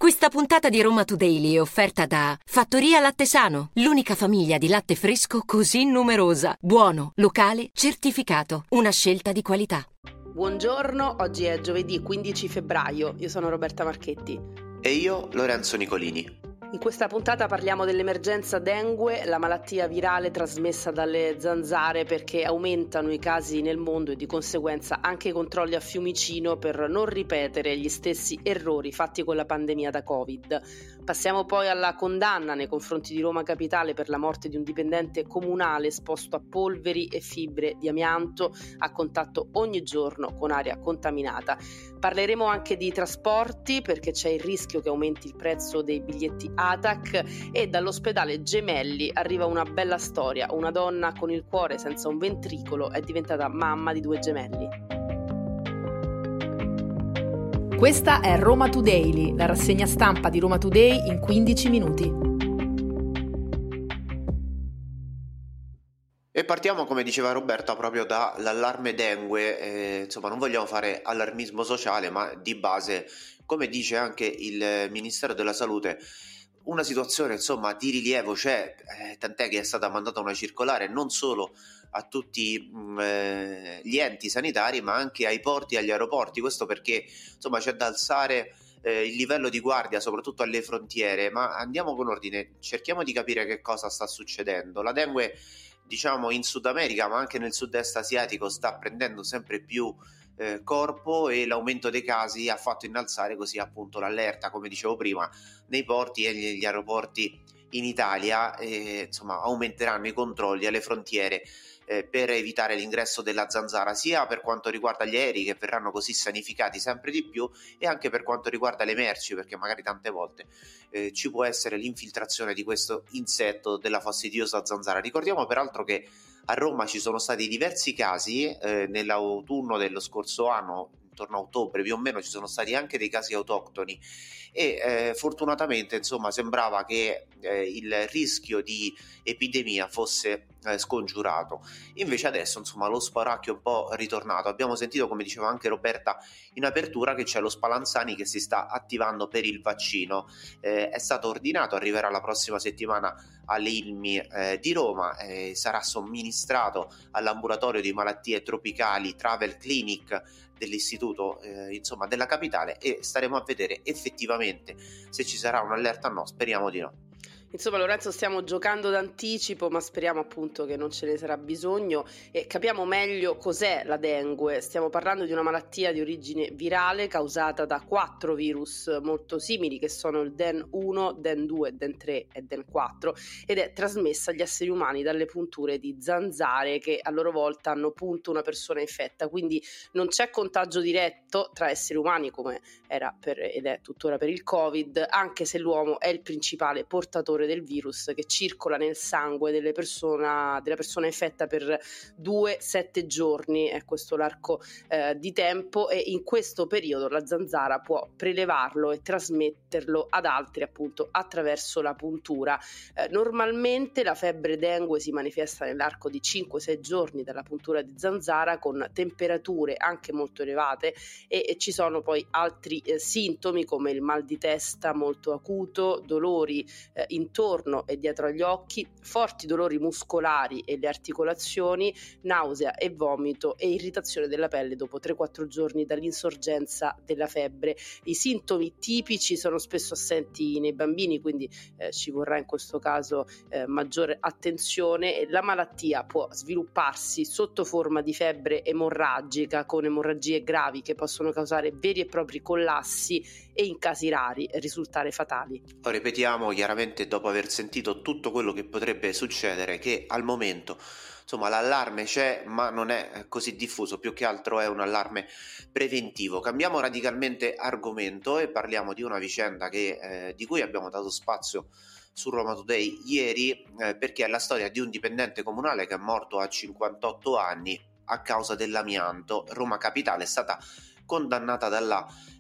Questa puntata di Roma Today è offerta da Fattoria Latte Sano, l'unica famiglia di latte fresco così numerosa. Buono, locale, certificato. Una scelta di qualità. Buongiorno, oggi è giovedì 15 febbraio. Io sono Roberta Marchetti. E io, Lorenzo Nicolini. In questa puntata parliamo dell'emergenza dengue, la malattia virale trasmessa dalle zanzare, perché aumentano i casi nel mondo e di conseguenza anche i controlli a Fiumicino per non ripetere gli stessi errori fatti con la pandemia da Covid. Passiamo poi alla condanna nei confronti di Roma Capitale per la morte di un dipendente comunale esposto a polveri e fibre di amianto a contatto ogni giorno con aria contaminata. Parleremo anche di trasporti, perché c'è il rischio che aumenti il prezzo dei biglietti ATAC, e dall'ospedale Gemelli arriva una bella storia. Una donna con il cuore senza un ventricolo è diventata mamma di 2 gemelli. Questa è Roma Today, la rassegna stampa di Roma Today in 15 minuti. E partiamo, come diceva Roberta, proprio dall'allarme dengue. Insomma, non vogliamo fare allarmismo sociale, ma di base, come dice anche il Ministero della Salute, una situazione insomma di rilievo c'è, tant'è che è stata mandata una circolare non solo a tutti gli enti sanitari, ma anche ai porti e agli aeroporti. Questo perché insomma c'è da alzare il livello di guardia soprattutto alle frontiere. Ma andiamo con ordine, cerchiamo di capire che cosa sta succedendo. La dengue, diciamo, in Sud America ma anche nel sud-est asiatico sta prendendo sempre più corpo, e l'aumento dei casi ha fatto innalzare così appunto l'allerta, come dicevo prima, nei porti e negli aeroporti in Italia. Insomma, aumenteranno i controlli alle frontiere per evitare l'ingresso della zanzara, sia per quanto riguarda gli aerei, che verranno così sanificati sempre di più, e anche per quanto riguarda le merci, perché magari tante volte ci può essere l'infiltrazione di questo insetto della fastidiosa zanzara. Ricordiamo peraltro che a Roma ci sono stati diversi casi nell'autunno dello scorso anno, intorno a ottobre più o meno, ci sono stati anche dei casi autoctoni, e fortunatamente insomma sembrava che il rischio di epidemia fosse scongiurato. Invece adesso insomma lo spauracchio è un po' ritornato. Abbiamo sentito, come diceva anche Roberta in apertura, che c'è lo Spallanzani che si sta attivando per il vaccino. È stato ordinato, arriverà la prossima settimana alle ILMI di Roma, sarà somministrato all'ambulatorio di malattie tropicali Travel Clinic dell'istituto insomma della capitale, e staremo a vedere effettivamente se ci sarà un'allerta o no. Speriamo di no. Insomma, Lorenzo, stiamo giocando d'anticipo, ma speriamo appunto che non ce ne sarà bisogno e capiamo meglio cos'è la dengue. Stiamo parlando di una malattia di origine virale causata da 4 virus molto simili, che sono il DEN 1, DEN 2, DEN 3 e DEN 4, ed è trasmessa agli esseri umani dalle punture di zanzare che a loro volta hanno punto una persona infetta. Quindi non c'è contagio diretto tra esseri umani, come era ed è tuttora per il Covid, anche se l'uomo è il principale portatore del virus, che circola nel sangue della persona infetta per 2-7 giorni. È questo l'arco di tempo, e in questo periodo la zanzara può prelevarlo e trasmetterlo ad altri appunto attraverso la puntura. Normalmente la febbre dengue si manifesta nell'arco di 5-6 giorni dalla puntura di zanzara, con temperature anche molto elevate, e ci sono poi altri sintomi come il mal di testa molto acuto, dolori intorno e dietro agli occhi, forti dolori muscolari e le articolazioni, nausea e vomito, e irritazione della pelle dopo 3-4 giorni dall'insorgenza della febbre. I sintomi tipici sono spesso assenti nei bambini, quindi ci vorrà in questo caso maggiore attenzione. La malattia può svilupparsi sotto forma di febbre emorragica, con emorragie gravi che possono causare veri e propri collassi e in casi rari risultare fatali. Lo ripetiamo chiaramente dopo aver sentito tutto quello che potrebbe succedere, che al momento insomma l'allarme c'è ma non è così diffuso, più che altro è un allarme preventivo. Cambiamo radicalmente argomento e parliamo di una vicenda di cui abbiamo dato spazio su Roma Today ieri, perché è la storia di un dipendente comunale che è morto a 58 anni a causa dell'amianto. Roma Capitale è stata condannata dalla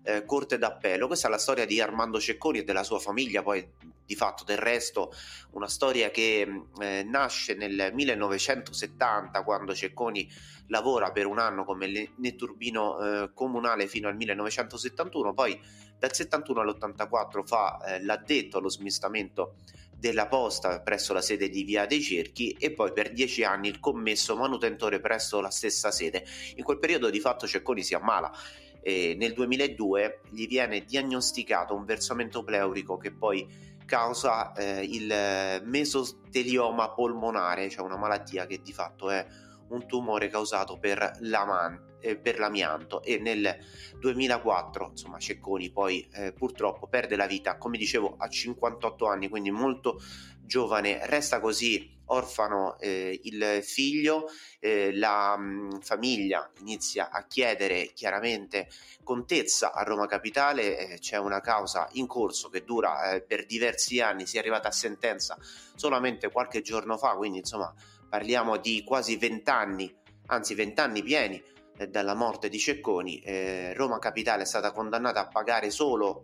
Corte d'Appello. Questa è la storia di Armando Cecconi e della sua famiglia, poi di fatto del resto una storia che nasce nel 1970, quando Cecconi lavora per un anno come netturbino comunale fino al 1971, poi dal 71 all'84 fa l'addetto allo smistamento della posta presso la sede di Via dei Cerchi e poi per 10 anni il commesso manutentore presso la stessa sede. In quel periodo di fatto Cecconi si ammala e nel 2002 gli viene diagnosticato un versamento pleurico che poi causa il mesotelioma polmonare, cioè una malattia che di fatto è un tumore causato per l'amianto, e nel 2004 insomma Cecconi poi purtroppo perde la vita, come dicevo, a 58 anni, quindi molto giovane. Resta così orfano il figlio, la famiglia inizia a chiedere chiaramente contezza a Roma Capitale, c'è una causa in corso che dura per diversi anni, si è arrivata a sentenza solamente qualche giorno fa, quindi insomma parliamo di quasi 20 anni, anzi 20 anni pieni dalla morte di Cecconi. Roma Capitale è stata condannata a pagare solo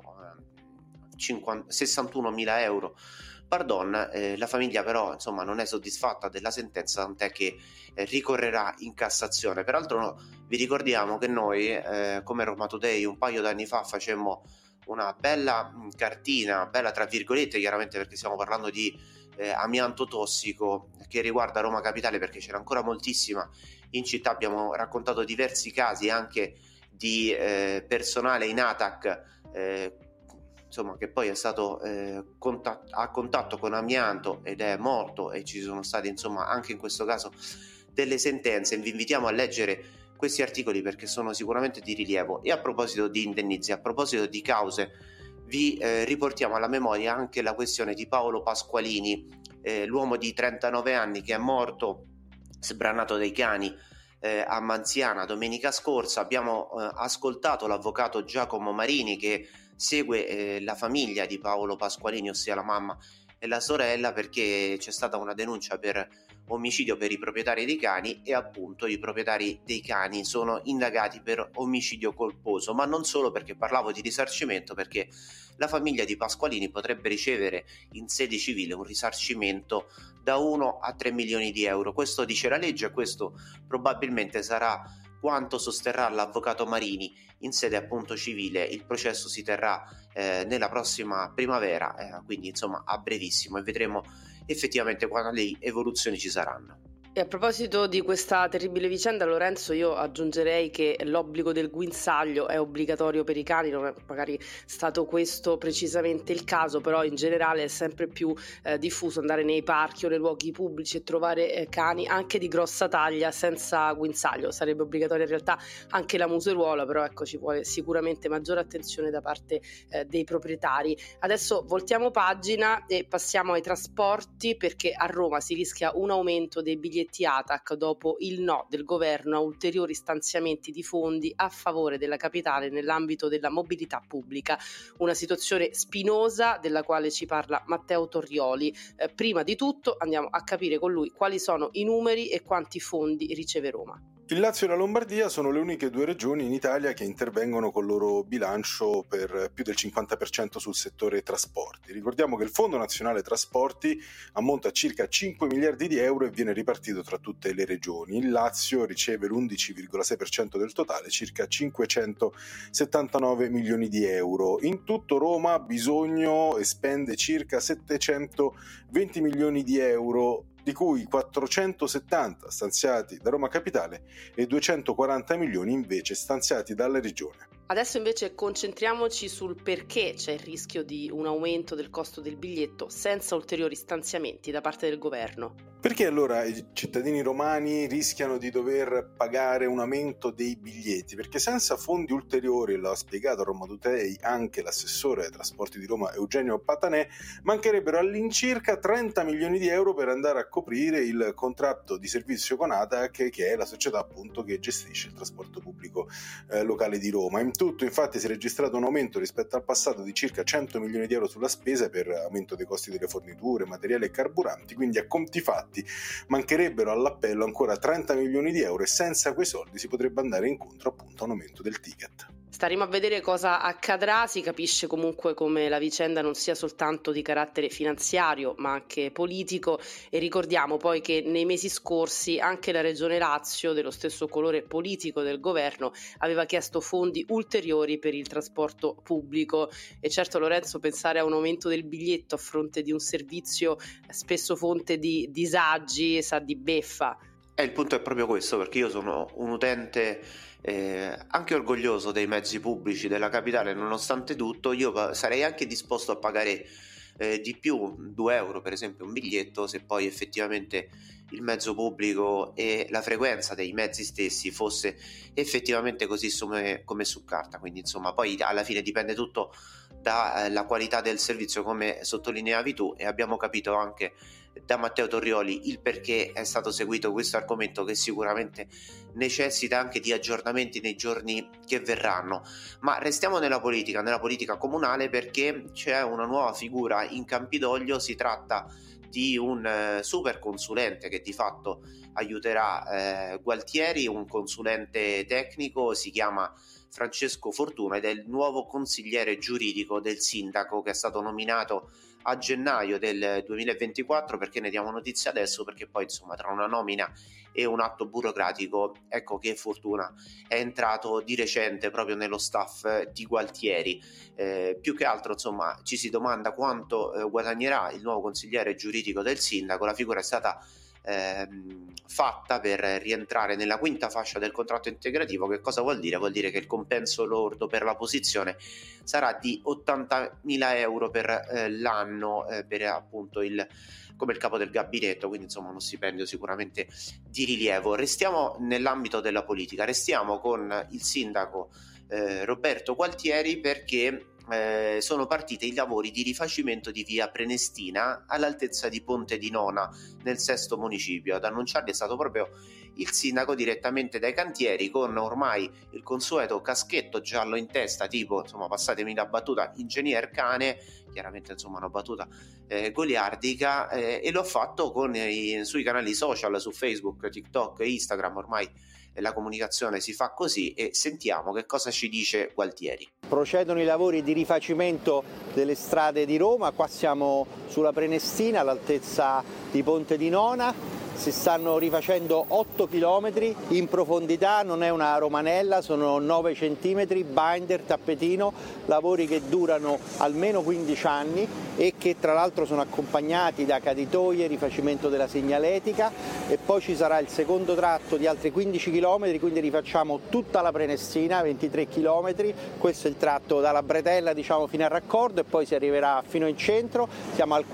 61.000 euro. La famiglia però insomma non è soddisfatta della sentenza, tant'è che ricorrerà in Cassazione. Peraltro vi ricordiamo che noi come Roma Today un paio d'anni fa facemmo una bella cartina, bella tra virgolette chiaramente perché stiamo parlando di amianto tossico, che riguarda Roma Capitale perché c'era ancora moltissima in città. Abbiamo raccontato diversi casi anche di personale in ATAC insomma che poi è stato a contatto con amianto ed è morto, e ci sono state insomma anche in questo caso delle sentenze. Vi invitiamo a leggere questi articoli perché sono sicuramente di rilievo. E a proposito di indennizi, a proposito di cause, vi riportiamo alla memoria anche la questione di Paolo Pasqualini, l'uomo di 39 anni che è morto sbranato dai cani a Manziana domenica scorsa. Abbiamo ascoltato l'avvocato Giacomo Marini che segue la famiglia di Paolo Pasqualini, ossia la mamma e la sorella, perché c'è stata una denuncia per omicidio per i proprietari dei cani e appunto i proprietari dei cani sono indagati per omicidio colposo. Ma non solo, perché parlavo di risarcimento, perché la famiglia di Pasqualini potrebbe ricevere in sede civile un risarcimento da 1 a 3 milioni di euro. Questo dice la legge e questo probabilmente sarà quanto sosterrà l'avvocato Marini in sede appunto civile. Il processo si terrà nella prossima primavera, quindi insomma a brevissimo, e vedremo effettivamente quali evoluzioni ci saranno. E a proposito di questa terribile vicenda, Lorenzo, io aggiungerei che l'obbligo del guinzaglio è obbligatorio per i cani. Non è magari stato questo precisamente il caso, però in generale è sempre più diffuso andare nei parchi o nei luoghi pubblici e trovare cani anche di grossa taglia senza guinzaglio. Sarebbe obbligatoria in realtà anche la museruola, però ecco, ci vuole sicuramente maggiore attenzione da parte dei proprietari. Adesso voltiamo pagina e passiamo ai trasporti, perché a Roma si rischia un aumento dei biglietti ATAC dopo il no del governo a ulteriori stanziamenti di fondi a favore della capitale nell'ambito della mobilità pubblica. Una situazione spinosa della quale ci parla Matteo Torrioli. Prima di tutto andiamo a capire con lui quali sono i numeri e quanti fondi riceve Roma. Il Lazio e la Lombardia sono le uniche due regioni in Italia che intervengono col loro bilancio per più del 50% sul settore trasporti. Ricordiamo che il Fondo Nazionale Trasporti ammonta a circa 5 miliardi di euro e viene ripartito tra tutte le regioni. Il Lazio riceve l'11,6% del totale, circa 579 milioni di euro. In tutto Roma ha bisogno e spende circa 720 milioni di euro, di cui 470 stanziati da Roma Capitale e 240 milioni invece stanziati dalla Regione. Adesso invece concentriamoci sul perché c'è il rischio di un aumento del costo del biglietto senza ulteriori stanziamenti da parte del governo. Perché allora i cittadini romani rischiano di dover pagare un aumento dei biglietti? Perché senza fondi ulteriori, lo ha spiegato a Roma Today anche l'assessore ai trasporti di Roma Eugenio Patanè, mancherebbero all'incirca 30 milioni di euro per andare a coprire il contratto di servizio con ATAC, che è la società appunto che gestisce il trasporto pubblico locale di Roma. In tutto infatti si è registrato un aumento rispetto al passato di circa 100 milioni di euro sulla spesa per aumento dei costi delle forniture, materiali e carburanti, quindi a conti fatti mancherebbero all'appello ancora 30 milioni di euro e senza quei soldi si potrebbe andare incontro appunto a un aumento del ticket. Staremo a vedere cosa accadrà. Si capisce comunque come la vicenda non sia soltanto di carattere finanziario ma anche politico, e ricordiamo poi che nei mesi scorsi anche la Regione Lazio, dello stesso colore politico del governo, aveva chiesto fondi ulteriori per il trasporto pubblico. E certo, Lorenzo, pensare a un aumento del biglietto a fronte di un servizio spesso fonte di disagi sa di beffa. Il punto è proprio questo, perché io sono un utente anche orgoglioso dei mezzi pubblici della capitale. Nonostante tutto, io sarei anche disposto a pagare di più, 2 euro per esempio un biglietto, se poi effettivamente il mezzo pubblico e la frequenza dei mezzi stessi fosse effettivamente così come su carta. Quindi insomma, poi alla fine dipende tutto dalla qualità del servizio, come sottolineavi tu, e abbiamo capito anche da Matteo Torrioli il perché è stato seguito questo argomento, che sicuramente necessita anche di aggiornamenti nei giorni che verranno. Ma restiamo nella politica comunale, perché c'è una nuova figura in Campidoglio. Si tratta di un super consulente che di fatto aiuterà Gualtieri, un consulente tecnico, si chiama Francesco Fortuna ed è il nuovo consigliere giuridico del sindaco, che è stato nominato a gennaio del 2024. Perché ne diamo notizia adesso? Perché poi insomma, tra una nomina e un atto burocratico, ecco che Fortuna è entrato di recente proprio nello staff di Gualtieri. Più che altro insomma ci si domanda quanto guadagnerà il nuovo consigliere giuridico del sindaco. La figura è stata fatta per rientrare nella quinta fascia del contratto integrativo. Che cosa vuol dire? Vuol dire che il compenso lordo per la posizione sarà di 80.000 euro per l'anno, per appunto come il capo del gabinetto, quindi insomma uno stipendio sicuramente di rilievo. Restiamo nell'ambito della politica, restiamo con il sindaco Roberto Gualtieri, perché sono partiti i lavori di rifacimento di via Prenestina all'altezza di Ponte di Nona, nel Sesto municipio. Ad annunciarli è stato proprio il sindaco direttamente dai cantieri, con ormai il consueto caschetto giallo in testa, tipo insomma, passatemi la battuta, ingegner cane, chiaramente insomma una battuta goliardica, e l'ho fatto sui canali social, su Facebook, TikTok, Instagram. Ormai la comunicazione si fa così, e sentiamo che cosa ci dice Gualtieri. Procedono i lavori di rifacimento delle strade di Roma. Qua siamo sulla Prenestina all'altezza di Ponte di Nona. Si stanno rifacendo 8 km in profondità, non è una romanella, sono 9 cm, binder, tappetino, lavori che durano almeno 15 anni e che tra l'altro sono accompagnati da caditoie, rifacimento della segnaletica, e poi ci sarà il secondo tratto di altri 15 km, quindi rifacciamo tutta la Prenestina, 23 km, questo è il tratto dalla Bretella diciamo fino al raccordo, e poi si arriverà fino in centro. Siamo al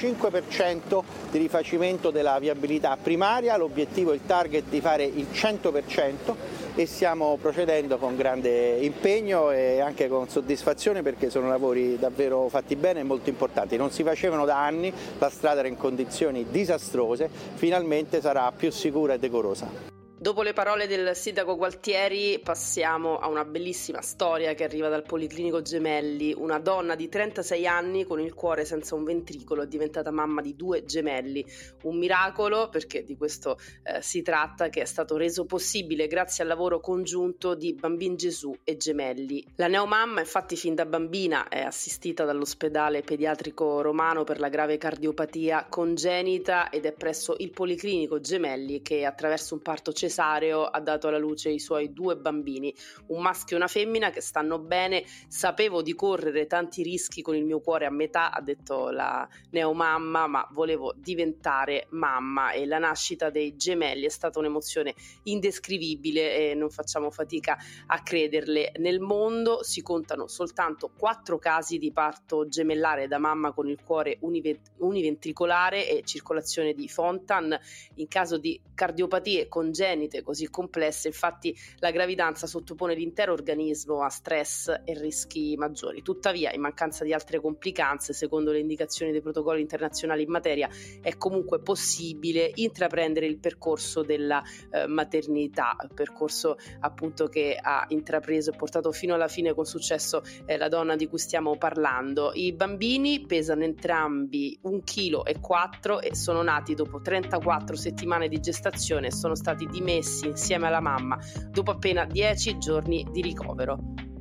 45% di rifacimento della viabilità primaria, l'obiettivo è il target di fare il 100%, e stiamo procedendo con grande impegno e anche con soddisfazione, perché sono lavori davvero fatti bene e molto importanti. Non si facevano da anni, la strada era in condizioni disastrose, finalmente sarà più sicura e decorosa. Dopo le parole del sindaco Gualtieri passiamo a una bellissima storia che arriva dal Policlinico Gemelli. Una donna di 36 anni con il cuore senza un ventricolo è diventata mamma di 2 gemelli. Un miracolo, perché di questo si tratta, che è stato reso possibile grazie al lavoro congiunto di Bambin Gesù e Gemelli. La neomamma infatti fin da bambina è assistita dall'ospedale pediatrico romano per la grave cardiopatia congenita ed è presso il Policlinico Gemelli che attraverso un parto cesareo ha dato alla luce i suoi 2 bambini, un maschio e una femmina che stanno bene. Sapevo di correre tanti rischi con il mio cuore a metà, ha detto la neomamma, ma volevo diventare mamma, e la nascita dei gemelli è stata un'emozione indescrivibile e non facciamo fatica a crederle. Nel mondo si contano soltanto 4 casi di parto gemellare da mamma con il cuore univentricolare e circolazione di Fontan. In caso di cardiopatie congenite così complesse, infatti, la gravidanza sottopone l'intero organismo a stress e rischi maggiori. Tuttavia, in mancanza di altre complicanze, secondo le indicazioni dei protocolli internazionali in materia, è comunque possibile intraprendere il percorso della maternità, percorso appunto che ha intrapreso e portato fino alla fine con successo la donna di cui stiamo parlando. I bambini pesano entrambi 1,4 kg e sono nati dopo 34 settimane di gestazione e sono stati dimessi insieme alla mamma dopo appena 10 giorni di ricovero.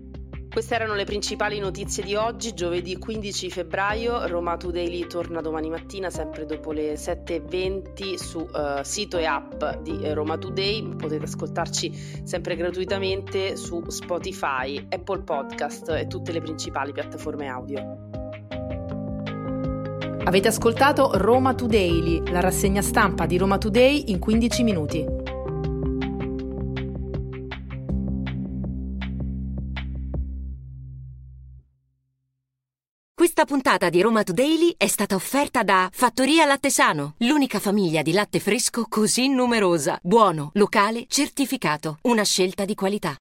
Queste erano le principali notizie di oggi, giovedì 15 febbraio. Roma Today torna domani mattina, sempre dopo le 7:20 su sito e app di Roma Today. Potete ascoltarci sempre gratuitamente su Spotify, Apple Podcast e tutte le principali piattaforme audio. Avete ascoltato Roma Today, la rassegna stampa di Roma Today in 15 minuti. Questa puntata di Roma Today è stata offerta da Fattoria Latte Sano, l'unica famiglia di latte fresco così numerosa. Buono, locale, certificato. Una scelta di qualità.